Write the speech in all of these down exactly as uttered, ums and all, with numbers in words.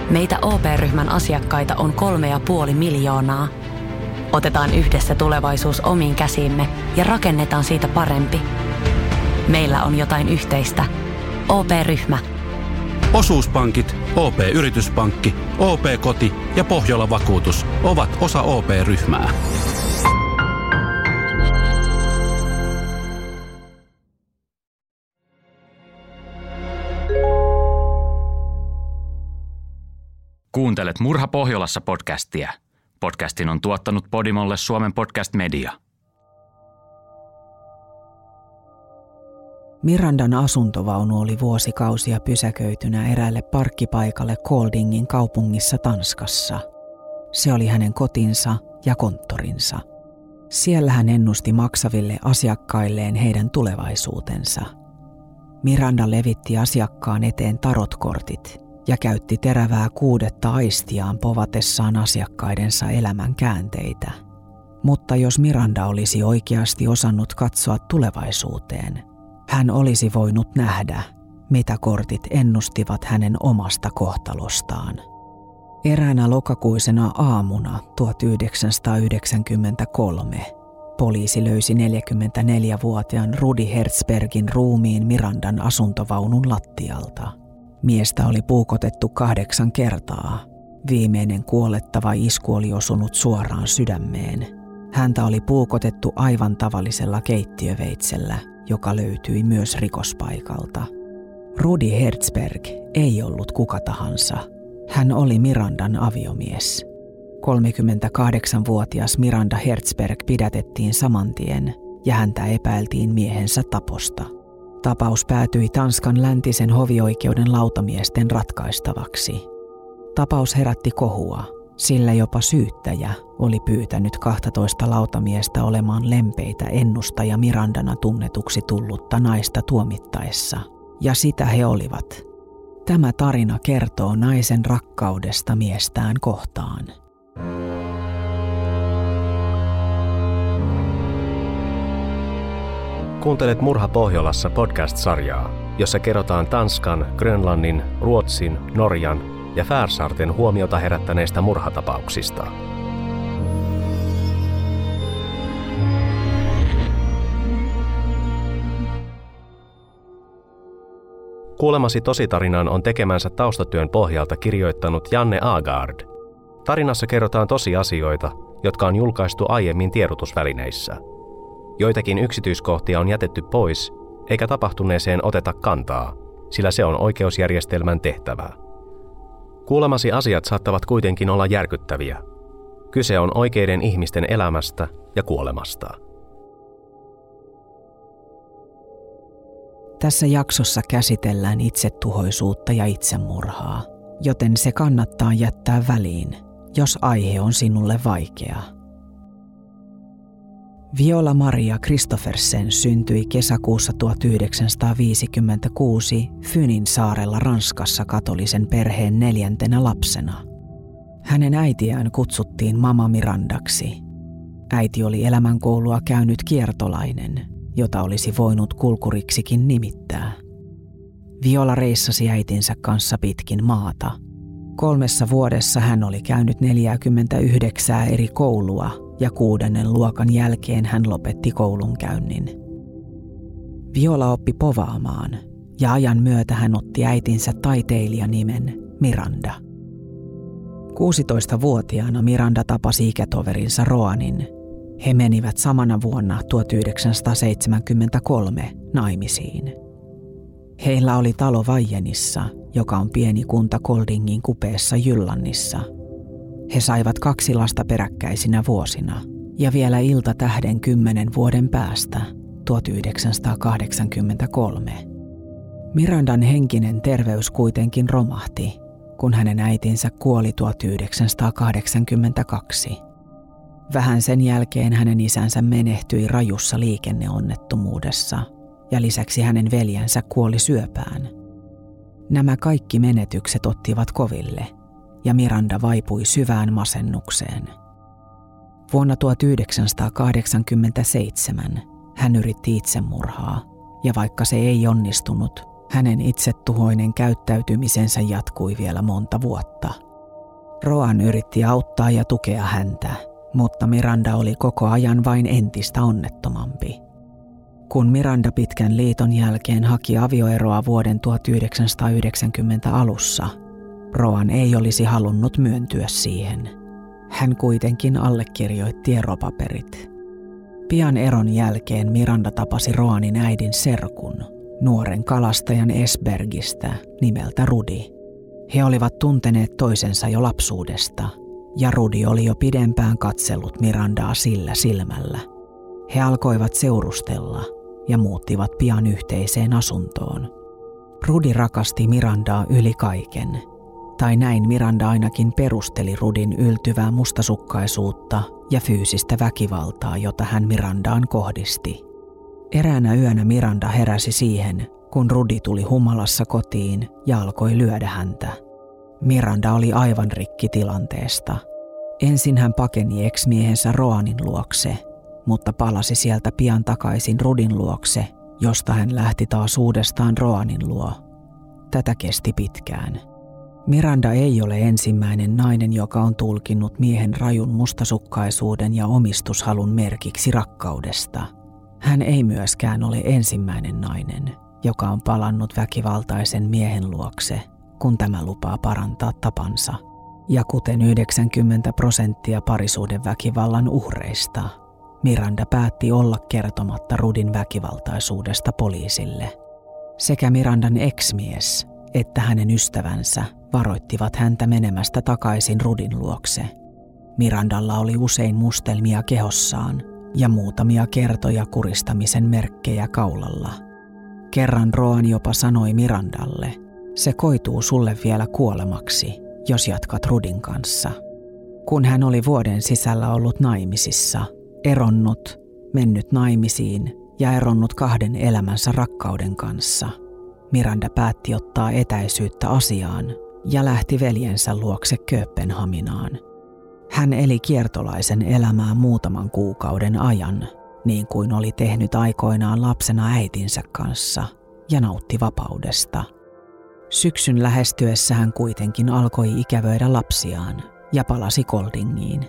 Meitä O P-ryhmän asiakkaita on kolme ja puoli miljoonaa. Otetaan yhdessä tulevaisuus omiin käsiimme ja rakennetaan siitä parempi. Meillä on jotain yhteistä. O P-ryhmä. Osuuspankit, O P-yrityspankki, O P-koti ja Pohjola-vakuutus ovat osa O P-ryhmää. Kuuntelet Murha Pohjolassa podcastia. Podcastin on tuottanut Podimolle Suomen Podcast Media. Mirandan asuntovaunu oli vuosikausia pysäköitynä eräälle parkkipaikalle Koldingin kaupungissa Tanskassa. Se oli hänen kotinsa ja konttorinsa. Siellä hän ennusti maksaville asiakkailleen heidän tulevaisuutensa. Miranda levitti asiakkaan eteen tarotkortit ja käytti terävää kuudetta aistiaan povatessaan asiakkaidensa elämän käänteitä. Mutta jos Miranda olisi oikeasti osannut katsoa tulevaisuuteen, hän olisi voinut nähdä, mitä kortit ennustivat hänen omasta kohtalostaan. Eräänä lokakuisena aamuna tuhatyhdeksänsataayhdeksänkymmentäkolme poliisi löysi neljäkymmentäneljävuotiaan Rudi Hertzbergin ruumiin Mirandan asuntovaunun lattialta. Miestä oli puukotettu kahdeksan kertaa. Viimeinen kuolettava isku oli osunut suoraan sydämeen. Häntä oli puukotettu aivan tavallisella keittiöveitsellä, joka löytyi myös rikospaikalta. Rudi Hertzberg ei ollut kuka tahansa. Hän oli Mirandan aviomies. kolmekymmentäkahdeksanvuotias Miranda Hertzberg pidätettiin saman tien ja häntä epäiltiin miehensä taposta. Tapaus päätyi Tanskan läntisen hovioikeuden lautamiesten ratkaistavaksi. Tapaus herätti kohua, sillä jopa syyttäjä oli pyytänyt kaksitoista lautamiestä olemaan lempeitä ennustaja Mirandana tunnetuksi tullutta naista tuomittaessa. Ja sitä he olivat. Tämä tarina kertoo naisen rakkaudesta miestään kohtaan. Kuuntelet Murha Pohjolassa podcast-sarjaa, jossa kerrotaan Tanskan, Grönlannin, Ruotsin, Norjan ja Färsaarten huomiota herättäneistä murhatapauksista. Kuulemasi tositarinan on tekemänsä taustatyön pohjalta kirjoittanut Janne Agard. Tarinassa kerrotaan tosiasioita, jotka on julkaistu aiemmin tiedotusvälineissä. Joitakin yksityiskohtia on jätetty pois, eikä tapahtuneeseen oteta kantaa, sillä se on oikeusjärjestelmän tehtävä. Kuulemasi asiat saattavat kuitenkin olla järkyttäviä. Kyse on oikeiden ihmisten elämästä ja kuolemasta. Tässä jaksossa käsitellään itsetuhoisuutta ja itsemurhaa, joten se kannattaa jättää väliin, jos aihe on sinulle vaikea. Viola Maria Christoffersen syntyi kesäkuussa tuhatyhdeksänsataaviisikymmentäkuusi Fynin saarella Ranskassa katolisen perheen neljäntenä lapsena. Hänen äitiään kutsuttiin Mama Mirandaksi. Äiti oli elämänkoulua käynyt kiertolainen, jota olisi voinut kulkuriksikin nimittää. Viola reissasi äitinsä kanssa pitkin maata. Kolmessa vuodessa hän oli käynyt neljäkymmentäyhdeksän eri koulua ja kuudennen luokan jälkeen hän lopetti koulunkäynnin. Viola oppi povaamaan ja ajan myötä hän otti äitinsä taiteilijanimen Miranda. kuusitoistavuotiaana Miranda tapasi ikätoverinsa Roanin. He menivät samana vuonna tuhatyhdeksänsataaseitsemänkymmentäkolme naimisiin. Heillä oli talo Vajenissa, joka on pieni kunta Koldingin kupeessa Jyllannissa. He saivat kaksi lasta peräkkäisinä vuosina ja vielä iltatähden kymmenen vuoden päästä, tuhatyhdeksänsataakahdeksankymmentäkolme. Mirandan henkinen terveys kuitenkin romahti, kun hänen äitinsä kuoli tuhatyhdeksänsataakahdeksankymmentäkaksi. Vähän sen jälkeen hänen isänsä menehtyi rajussa liikenneonnettomuudessa ja lisäksi hänen veljensä kuoli syöpään. Nämä kaikki menetykset ottivat koville ja Miranda vaipui syvään masennukseen. Vuonna tuhatyhdeksänsataakahdeksankymmentäseitsemän hän yritti itsemurhaa ja vaikka se ei onnistunut, Hänen itsetuhoinen käyttäytymisensä jatkui vielä monta vuotta. Roan yritti auttaa ja tukea häntä, mutta Miranda oli koko ajan vain entistä onnettomampi. Kun Miranda pitkän liiton jälkeen haki avioeroa vuoden tuhatyhdeksänsataayhdeksänkymmentä alussa, Roan ei olisi halunnut myöntyä siihen. Hän kuitenkin allekirjoitti eropaperit. Pian eron jälkeen Miranda tapasi Roanin äidin serkun, nuoren kalastajan Esbergistä nimeltä Rudy. He olivat tunteneet toisensa jo lapsuudesta, ja Rudy oli jo pidempään katsellut Mirandaa sillä silmällä. He alkoivat seurustella ja muuttivat pian yhteiseen asuntoon. Rudy rakasti Mirandaa yli kaiken, tai näin Miranda ainakin perusteli Rudyn yltyvää mustasukkaisuutta ja fyysistä väkivaltaa, jota hän Mirandaan kohdisti. Eräänä yönä Miranda heräsi siihen, kun Rudy tuli humalassa kotiin ja alkoi lyödä häntä. Miranda oli aivan rikki tilanteesta. Ensin hän pakeni ex-miehensä Roanin luokse, mutta palasi sieltä pian takaisin Rudyn luokse, josta hän lähti taas uudestaan Roanin luo. Tätä kesti pitkään. Miranda ei ole ensimmäinen nainen, joka on tulkinnut miehen rajun mustasukkaisuuden ja omistushalun merkiksi rakkaudesta. Hän ei myöskään ole ensimmäinen nainen, joka on palannut väkivaltaisen miehen luokse, kun tämä lupaa parantaa tapansa. Ja kuten yhdeksänkymmentä prosenttia parisuhdeväkivallan uhreista, Miranda päätti olla kertomatta Rudyn väkivaltaisuudesta poliisille. Sekä Mirandan ex-mies että hänen ystävänsä varoittivat häntä menemästä takaisin Rudyn luokse. Mirandalla oli usein mustelmia kehossaan ja muutamia kertoja kuristamisen merkkejä kaulalla. Kerran Roan jopa sanoi Mirandalle, se koituu sulle vielä kuolemaksi, jos jatkat Rudyn kanssa. Kun hän oli vuoden sisällä ollut naimisissa, eronnut, mennyt naimisiin ja eronnut kahden elämänsä rakkauden kanssa, Miranda päätti ottaa etäisyyttä asiaan ja lähti veljensä luokse Kööpenhaminaan. Hän eli kiertolaisen elämää muutaman kuukauden ajan, niin kuin oli tehnyt aikoinaan lapsena äitinsä kanssa, ja nautti vapaudesta. Syksyn lähestyessä hän kuitenkin alkoi ikävöidä lapsiaan ja palasi Koldingiin.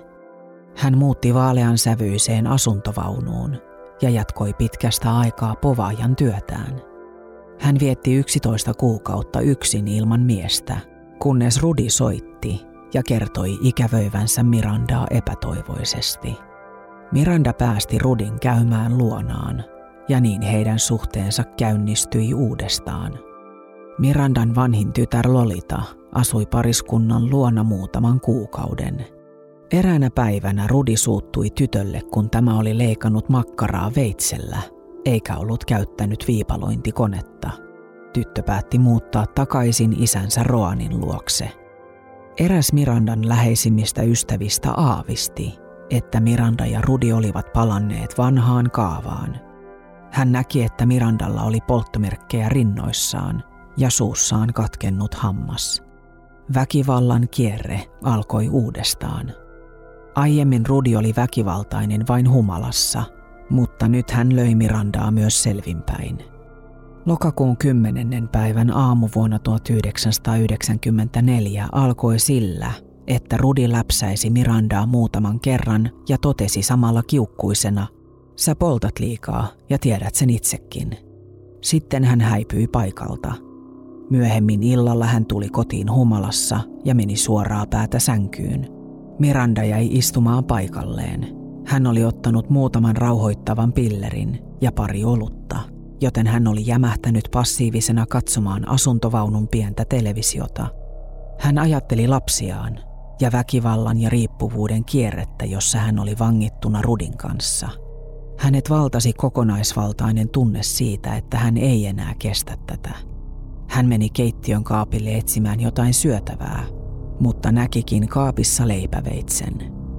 Hän muutti vaalean sävyiseen asuntovaunuun ja jatkoi pitkästä aikaa povaajan työtään. Hän vietti yksitoista kuukautta yksin ilman miestä, kunnes Rudy soitti ja kertoi ikävöivänsä Mirandaa epätoivoisesti. Miranda päästi Rudyn käymään luonaan, ja niin heidän suhteensa käynnistyi uudestaan. Mirandan vanhin tytär Lolita asui pariskunnan luona muutaman kuukauden. Eräänä päivänä Rudy suuttui tytölle, kun tämä oli leikannut makkaraa veitsellä, eikä ollut käyttänyt viipalointikonetta. Tyttö päätti muuttaa takaisin isänsä Roanin luokse. Eräs Mirandan läheisimmistä ystävistä aavisti, että Miranda ja Rudy olivat palanneet vanhaan kaavaan. Hän näki, että Mirandalla oli polttomerkkejä rinnoissaan ja suussaan katkennut hammas. Väkivallan kierre alkoi uudestaan. Aiemmin Rudy oli väkivaltainen vain humalassa, mutta nyt hän löi Mirandaa myös selvinpäin. Lokakuun kymmenennen päivän aamuvuonna tuhatyhdeksänsataayhdeksänkymmentäneljä alkoi sillä, että Rudy läpsäisi Mirandaa muutaman kerran ja totesi samalla kiukkuisena, sä poltat liikaa ja tiedät sen itsekin. Sitten hän häipyi paikalta. Myöhemmin illalla hän tuli kotiin humalassa ja meni suoraa päätä sänkyyn. Miranda jäi istumaan paikalleen. Hän oli ottanut muutaman rauhoittavan pillerin ja pari olutta, joten hän oli jämähtänyt passiivisena katsomaan asuntovaunun pientä televisiota. Hän ajatteli lapsiaan ja väkivallan ja riippuvuuden kierrettä, jossa hän oli vangittuna Rudyn kanssa. Hänet valtasi kokonaisvaltainen tunne siitä, että hän ei enää kestä tätä. Hän meni keittiön kaapille etsimään jotain syötävää, mutta näkikin kaapissa leipäveitsen.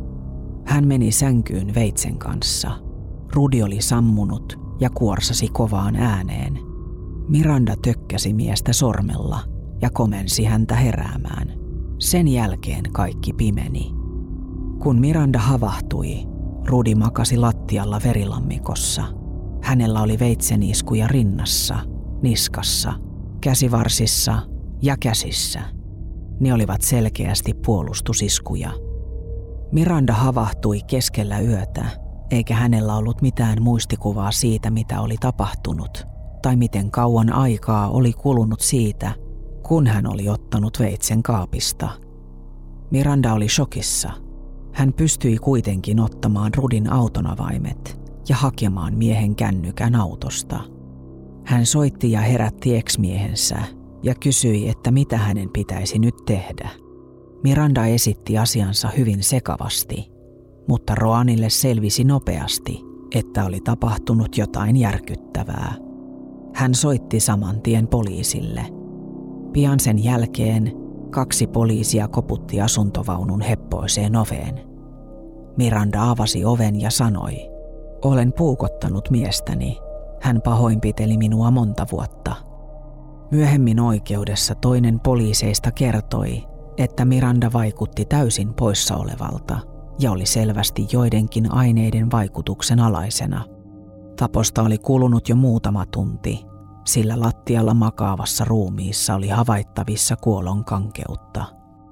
Hän meni sänkyyn veitsen kanssa. Rudy oli sammunut ja kuorsasi kovaan ääneen. Miranda tökkäsi miestä sormella ja komensi häntä heräämään. Sen jälkeen kaikki pimeni. Kun Miranda havahtui, Rudy makasi lattialla verilammikossa. Hänellä oli veitseniskuja rinnassa, niskassa käsivarsissa ja käsissä. Ne olivat selkeästi puolustusiskuja. Miranda havahtui keskellä yötä, eikä hänellä ollut mitään muistikuvaa siitä, mitä oli tapahtunut, tai miten kauan aikaa oli kulunut siitä, kun hän oli ottanut veitsen kaapista. Miranda oli shokissa. Hän pystyi kuitenkin ottamaan Rudin autonavaimet ja hakemaan miehen kännykän autosta. Hän soitti ja herätti ex-miehensä ja kysyi, että mitä hänen pitäisi nyt tehdä. Miranda esitti asiansa hyvin sekavasti, mutta Roanille selvisi nopeasti, että oli tapahtunut jotain järkyttävää. Hän soitti saman tien poliisille. Pian sen jälkeen kaksi poliisia koputti asuntovaunun heppoiseen oveen. Miranda avasi oven ja sanoi, olen puukottanut miestäni. Hän pahoinpiteli minua monta vuotta. Myöhemmin oikeudessa toinen poliiseista kertoi, että Miranda vaikutti täysin poissa olevalta ja oli selvästi joidenkin aineiden vaikutuksen alaisena. Taposta oli kulunut jo muutama tunti, sillä lattialla makaavassa ruumiissa oli havaittavissa kuolon kankeutta.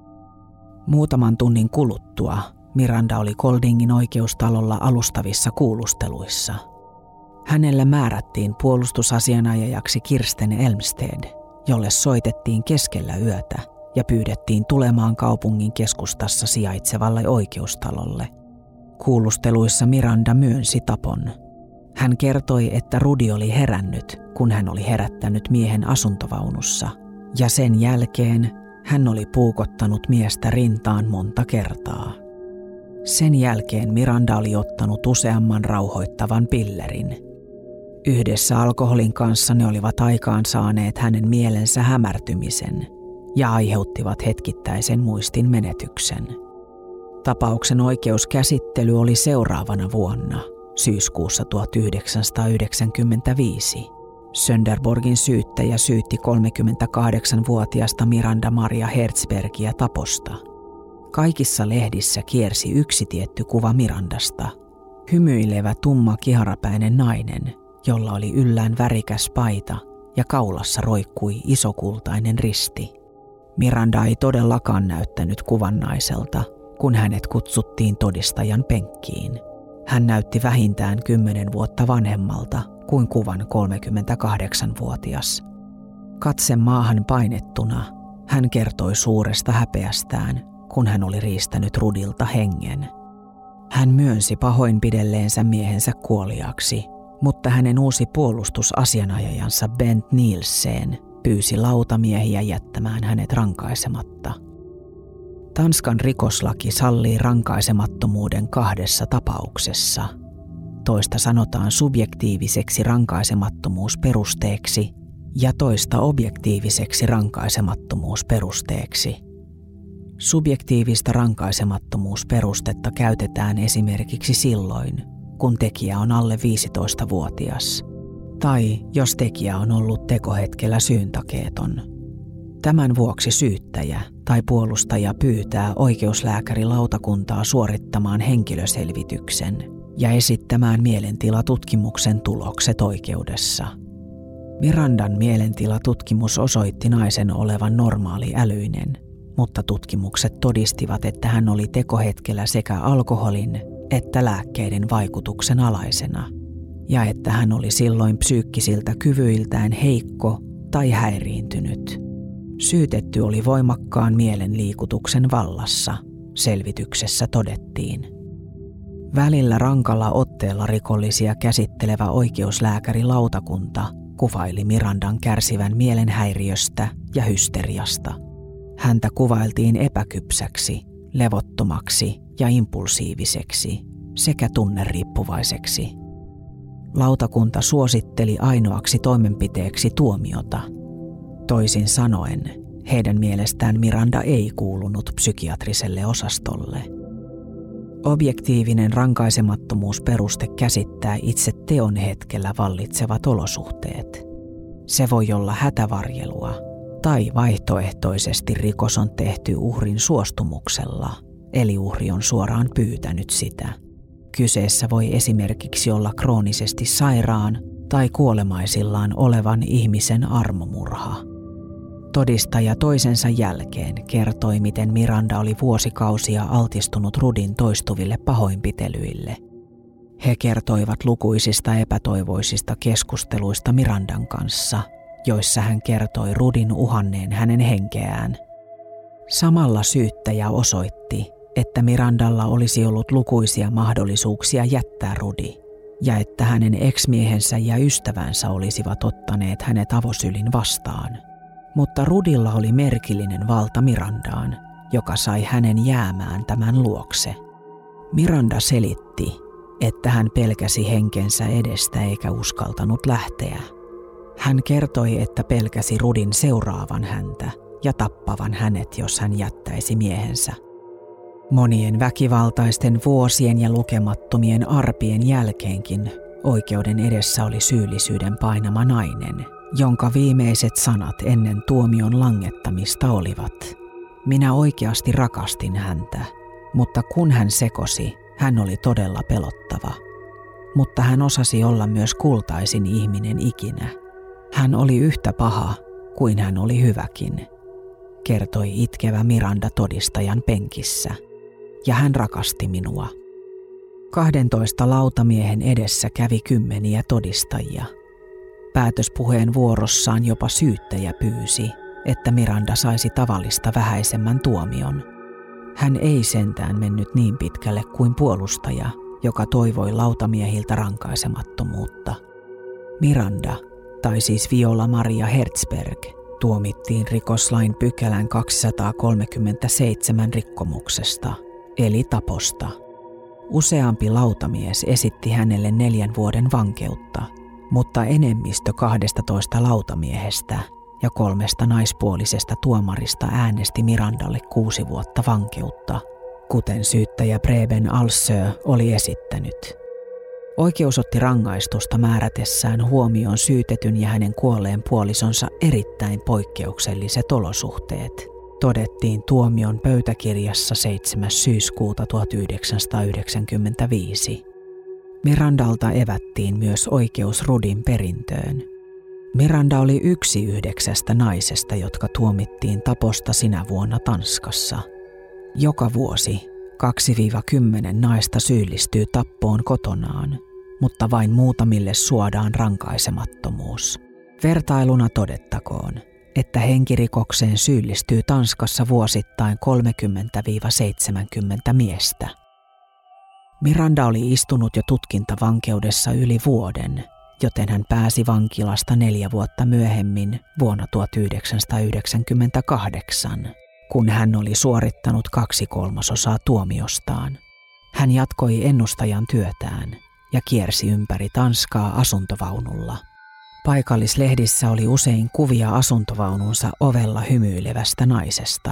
Muutaman tunnin kuluttua Miranda oli Coldingin oikeustalolla alustavissa kuulusteluissa. Hänelle määrättiin puolustusasianajajaksi Kirsten Elmsted, jolle soitettiin keskellä yötä ja pyydettiin tulemaan kaupungin keskustassa sijaitsevalle oikeustalolle. Kuulusteluissa Miranda myönsi tapon. Hän kertoi, että Rudi oli herännyt, kun hän oli herättänyt miehen asuntovaunussa, ja sen jälkeen hän oli puukottanut miestä rintaan monta kertaa. Sen jälkeen Miranda oli ottanut useamman rauhoittavan pillerin. Yhdessä alkoholin kanssa ne olivat aikaan saaneet hänen mielensä hämärtymisen ja aiheuttivat hetkittäisen muistin menetyksen. Tapauksen oikeuskäsittely oli seuraavana vuonna, syyskuussa tuhatyhdeksänsataayhdeksänkymmentäviisi. Sönderborgin syyttäjä syytti kolmekymmentäkahdeksanvuotiasta Miranda Maria Herzbergia taposta. Kaikissa lehdissä kiersi yksi tietty kuva Mirandasta. Hymyilevä tumma kiharapäinen nainen, jolla oli yllään värikäs paita ja kaulassa roikkui isokultainen risti. Miranda ei todellakaan näyttänyt kuvannaiselta, kun hänet kutsuttiin todistajan penkkiin. Hän näytti vähintään kymmenen vuotta vanhemmalta kuin kuvan kolmekymmentäkahdeksanvuotias. Katse maahan painettuna, hän kertoi suuresta häpeästään, kun hän oli riistänyt Rudilta hengen. Hän myönsi pahoinpidelleensä miehensä kuoliaaksi, mutta hänen uusi puolustusasianajajansa Bent Nielsen pyysi lautamiehiä jättämään hänet rankaisematta. Tanskan rikoslaki sallii rankaisemattomuuden kahdessa tapauksessa. Toista sanotaan subjektiiviseksi rankaisemattomuusperusteeksi ja toista objektiiviseksi rankaisemattomuusperusteeksi. Subjektiivista rankaisemattomuusperustetta käytetään esimerkiksi silloin, kun tekijä on alle viisitoistavuotias, tai jos tekijä on ollut tekohetkellä syyntakeeton. Tämän vuoksi syyttäjä tai puolustaja pyytää oikeuslääkärilautakuntaa suorittamaan henkilöselvityksen ja esittämään mielentilatutkimuksen tulokset oikeudessa. Mirandan mielentilatutkimus osoitti naisen olevan normaaliälyinen, mutta tutkimukset todistivat, että hän oli tekohetkellä sekä alkoholin että lääkkeiden vaikutuksen alaisena, ja että hän oli silloin psyykkisiltä kyvyiltään heikko tai häiriintynyt. Syytetty oli voimakkaan mielenliikutuksen vallassa, selvityksessä todettiin. Välillä rankalla otteella rikollisia käsittelevä oikeuslääkärilautakunta kuvaili Mirandan kärsivän mielenhäiriöstä ja hysteriasta. Häntä kuvailtiin epäkypsäksi, levottomaksi ja impulsiiviseksi sekä tunneriippuvaiseksi. Lautakunta suositteli ainoaksi toimenpiteeksi tuomiota. Toisin sanoen, heidän mielestään Miranda ei kuulunut psykiatriselle osastolle. Objektiivinen rankaisemattomuusperuste käsittää itse teon hetkellä vallitsevat olosuhteet. Se voi olla hätävarjelua tai vaihtoehtoisesti rikos on tehty uhrin suostumuksella, eli uhri on suoraan pyytänyt sitä. Kyseessä voi esimerkiksi olla kroonisesti sairaan tai kuolemaisillaan olevan ihmisen armomurha. Todistaja toisensa jälkeen kertoi, miten Miranda oli vuosikausia altistunut Rudin toistuville pahoinpitelyille. He kertoivat lukuisista epätoivoisista keskusteluista Mirandan kanssa, joissa hän kertoi Rudin uhanneen hänen henkeään. Samalla syyttäjä osoitti, että Mirandalla olisi ollut lukuisia mahdollisuuksia jättää Rudi, ja että hänen ex-miehensä ja ystävänsä olisivat ottaneet hänet avosylin vastaan. Mutta Rudilla oli merkillinen valta Mirandaan, joka sai hänen jäämään tämän luokse. Miranda selitti, että hän pelkäsi henkensä edestä eikä uskaltanut lähteä. Hän kertoi, että pelkäsi Rudin seuraavan häntä ja tappavan hänet, jos hän jättäisi miehensä. Monien väkivaltaisten vuosien ja lukemattomien arpien jälkeenkin oikeuden edessä oli syyllisyyden painama nainen, jonka viimeiset sanat ennen tuomion langettamista olivat: "Minä oikeasti rakastin häntä, mutta kun hän sekosi, hän oli todella pelottava. Mutta hän osasi olla myös kultaisin ihminen ikinä. Hän oli yhtä paha kuin hän oli hyväkin", kertoi itkevä Miranda todistajan penkissä. "Ja hän rakasti minua." Kahdentoista lautamiehen edessä kävi kymmeniä todistajia. Päätöspuheen vuorossaan jopa syyttäjä pyysi, että Miranda saisi tavallista vähäisemmän tuomion. Hän ei sentään mennyt niin pitkälle kuin puolustaja, joka toivoi lautamiehiltä rankaisemattomuutta. Miranda, tai siis Viola Maria Herzberg, tuomittiin rikoslain pykälän kaksisataakolmekymmentäseitsemän rikkomuksesta, eli taposta. Useampi lautamies esitti hänelle neljän vuoden vankeutta, mutta enemmistö kahdestatoista lautamiehestä ja kolmesta naispuolisesta tuomarista äänesti Mirandalle kuusi vuotta vankeutta, kuten syyttäjä Preben Alsö oli esittänyt. Oikeus otti rangaistusta määrätessään huomioon syytetyn ja hänen kuolleen puolisonsa erittäin poikkeukselliset olosuhteet, todettiin tuomion pöytäkirjassa seitsemäs syyskuuta tuhatyhdeksänsataayhdeksänkymmentäviisi. Mirandalta evättiin myös oikeus Rudin perintöön. Miranda oli yksi yhdeksästä naisesta, jotka tuomittiin taposta sinä vuonna Tanskassa. Joka vuosi kaksi kymmenen naista syyllistyy tappoon kotonaan, mutta vain muutamille suodaan rankaisemattomuus. Vertailuna todettakoon, että henkirikokseen syyllistyy Tanskassa vuosittain kolmekymmentä seitsemänkymmentä miestä. Miranda oli istunut jo tutkintavankeudessa yli vuoden, joten hän pääsi vankilasta neljä vuotta myöhemmin vuonna tuhatyhdeksänsataayhdeksänkymmentäkahdeksan, kun hän oli suorittanut kaksi kolmasosaa tuomiostaan. Hän jatkoi ennustajan työtään ja kiersi ympäri Tanskaa asuntovaunulla. Paikallislehdissä oli usein kuvia asuntovaununsa ovella hymyilevästä naisesta.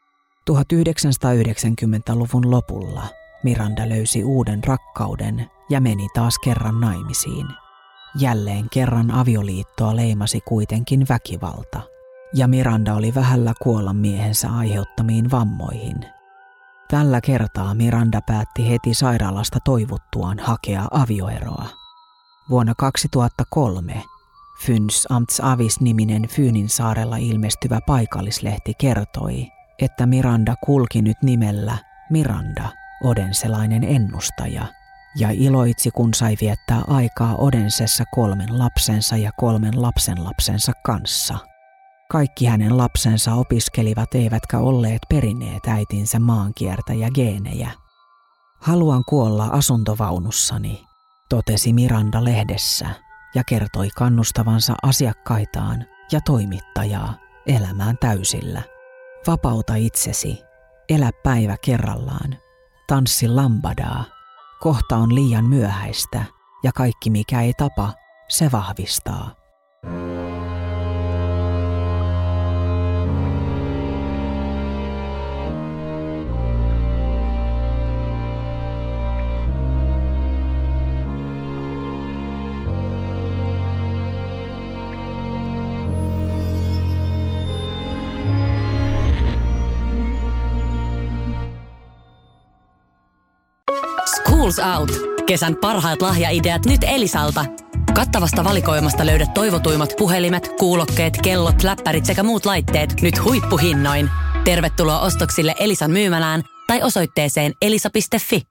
tuhatyhdeksänsataayhdeksänkymmentäluvun lopulla Miranda löysi uuden rakkauden ja meni taas kerran naimisiin. Jälleen kerran avioliittoa leimasi kuitenkin väkivalta, ja Miranda oli vähällä kuolla miehensä aiheuttamiin vammoihin. Tällä kertaa Miranda päätti heti sairaalasta toivuttuaan hakea avioeroa. Vuonna kaksituhattakolme Fyns Amts Avis-niminen Fyynin saarella ilmestyvä paikallislehti kertoi, että Miranda kulki nyt nimellä Miranda, odenselainen ennustaja, ja iloitsi, kun sai viettää aikaa Odensessa kolmen lapsensa ja kolmen lapsenlapsensa kanssa. Kaikki hänen lapsensa opiskelivat eivätkä olleet perineet äitinsä maankiertäjägeenejä. "Haluan kuolla asuntovaunussani", totesi Miranda lehdessä ja kertoi kannustavansa asiakkaitaan ja toimittajaa elämään täysillä. "Vapauta itsesi, elä päivä kerrallaan, tanssi lambadaa. Kohta on liian myöhäistä ja kaikki mikä ei tapa, se vahvistaa." Schools Out. Kesän parhaat lahjaideat nyt Elisalta. Kattavasta valikoimasta löydät toivotuimmat puhelimet, kuulokkeet, kellot, läppärit sekä muut laitteet nyt huippuhinnoin. Tervetuloa ostoksille Elisan myymälään tai osoitteeseen elisa piste fi.